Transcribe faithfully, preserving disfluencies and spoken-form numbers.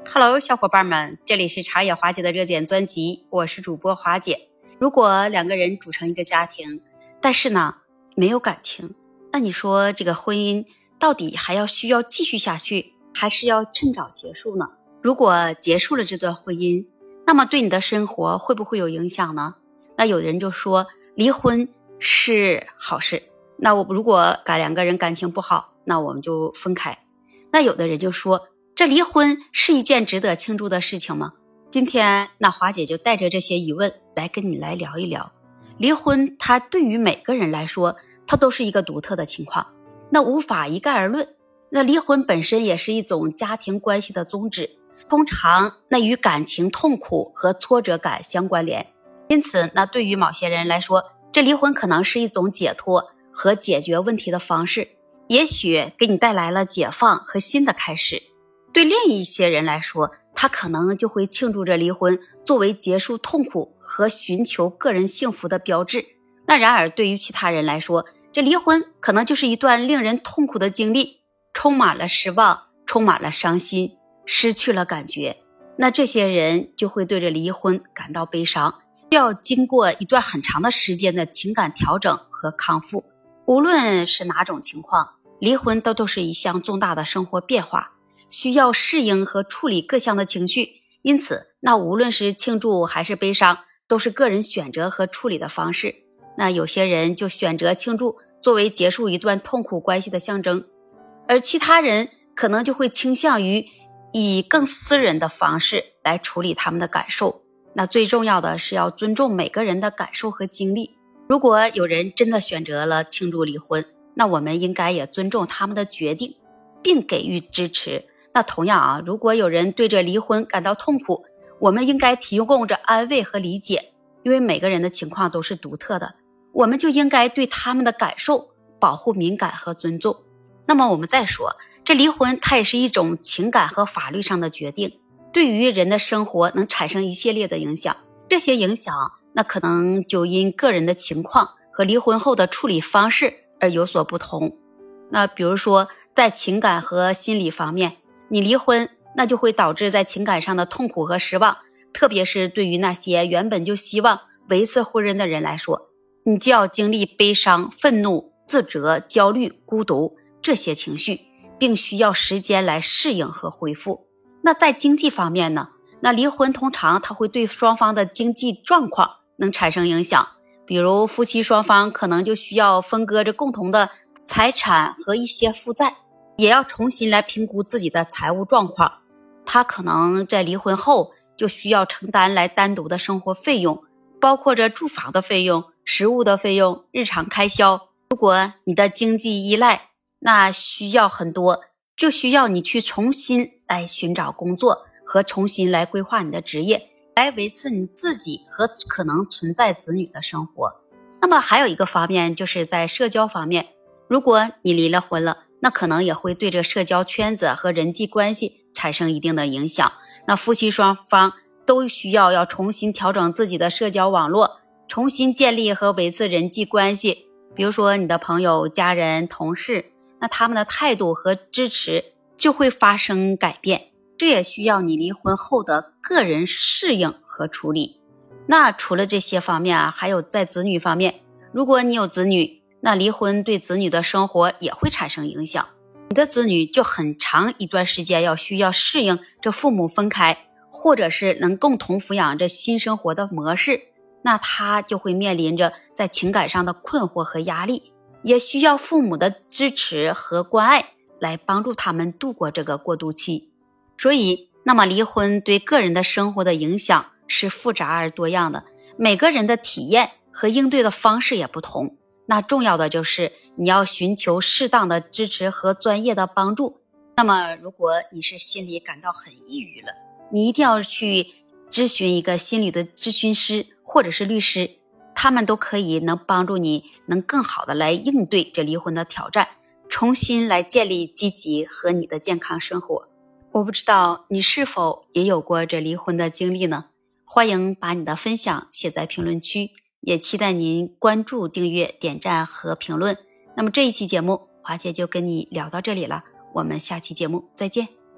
Hello， 小伙伴们，这里是茶野华姐的热点专辑，我是主播华姐。如果两个人组成一个家庭，但是呢没有感情，那你说这个婚姻到底还要需要继续下去，还是要趁早结束呢？如果结束了这段婚姻，那么对你的生活会不会有影响呢？那有人就说离婚是好事，那我如果两个人感情不好，那我们就分开。那有的人就说这离婚是一件值得庆祝的事情吗？今天那华姐就带着这些疑问来跟你来聊一聊。离婚它对于每个人来说，它都是一个独特的情况，那无法一概而论。那离婚本身也是一种家庭关系的终止，通常那与感情痛苦和挫折感相关联。因此那对于某些人来说，这离婚可能是一种解脱和解决问题的方式，也许给你带来了解放和新的开始。对另一些人来说，他可能就会庆祝着离婚作为结束痛苦和寻求个人幸福的标志。那然而对于其他人来说，这离婚可能就是一段令人痛苦的经历，充满了失望，充满了伤心，失去了感觉。那这些人就会对着离婚感到悲伤，需要经过一段很长的时间的情感调整和康复。无论是哪种情况，离婚都都是一项重大的生活变化，需要适应和处理各项的情绪，因此那无论是庆祝还是悲伤，都是个人选择和处理的方式。那有些人就选择庆祝作为结束一段痛苦关系的象征，而其他人可能就会倾向于以更私人的方式来处理他们的感受。那最重要的是要尊重每个人的感受和经历。如果有人真的选择了庆祝离婚，那我们应该也尊重他们的决定，并给予支持。那同样啊，如果有人对着离婚感到痛苦，我们应该提供着安慰和理解，因为每个人的情况都是独特的，我们就应该对他们的感受保护敏感和尊重。那么我们再说，这离婚它也是一种情感和法律上的决定，对于人的生活能产生一系列的影响，这些影响那可能就因个人的情况和离婚后的处理方式而有所不同。那比如说在情感和心理方面，你离婚那就会导致在情感上的痛苦和失望，特别是对于那些原本就希望维持婚姻的人来说，你就要经历悲伤、愤怒、自责、焦虑、孤独这些情绪，并需要时间来适应和恢复。那在经济方面呢，那离婚通常它会对双方的经济状况能产生影响，比如夫妻双方可能就需要分割着共同的财产和一些负债，也要重新来评估自己的财务状况。他可能在离婚后就需要承担来单独的生活费用，包括着住房的费用、食物的费用、日常开销。如果你的经济依赖那需要很多，就需要你去重新来寻找工作和重新来规划你的职业，来维持你自己和可能存在子女的生活。那么还有一个方面就是在社交方面，如果你离了婚了，那可能也会对这社交圈子和人际关系产生一定的影响。那夫妻双方都需要要重新调整自己的社交网络，重新建立和维持人际关系。比如说你的朋友、家人、同事，那他们的态度和支持就会发生改变，这也需要你离婚后的个人适应和处理。那除了这些方面啊，还有在子女方面，如果你有子女，那离婚对子女的生活也会产生影响，你的子女就很长一段时间要需要适应这父母分开，或者是能共同抚养这新生活的模式，那他就会面临着在情感上的困惑和压力，也需要父母的支持和关爱来帮助他们度过这个过渡期。所以那么离婚对个人的生活的影响是复杂而多样的，每个人的体验和应对的方式也不同。那重要的就是你要寻求适当的支持和专业的帮助。那么如果你是心里感到很抑郁了，你一定要去咨询一个心理的咨询师或者是律师，他们都可以能帮助你能更好的来应对这离婚的挑战，重新来建立积极和你的健康生活。我不知道你是否也有过这离婚的经历呢？欢迎把你的分享写在评论区，也期待您关注、订阅、点赞和评论。那么这一期节目华姐就跟你聊到这里了，我们下期节目再见。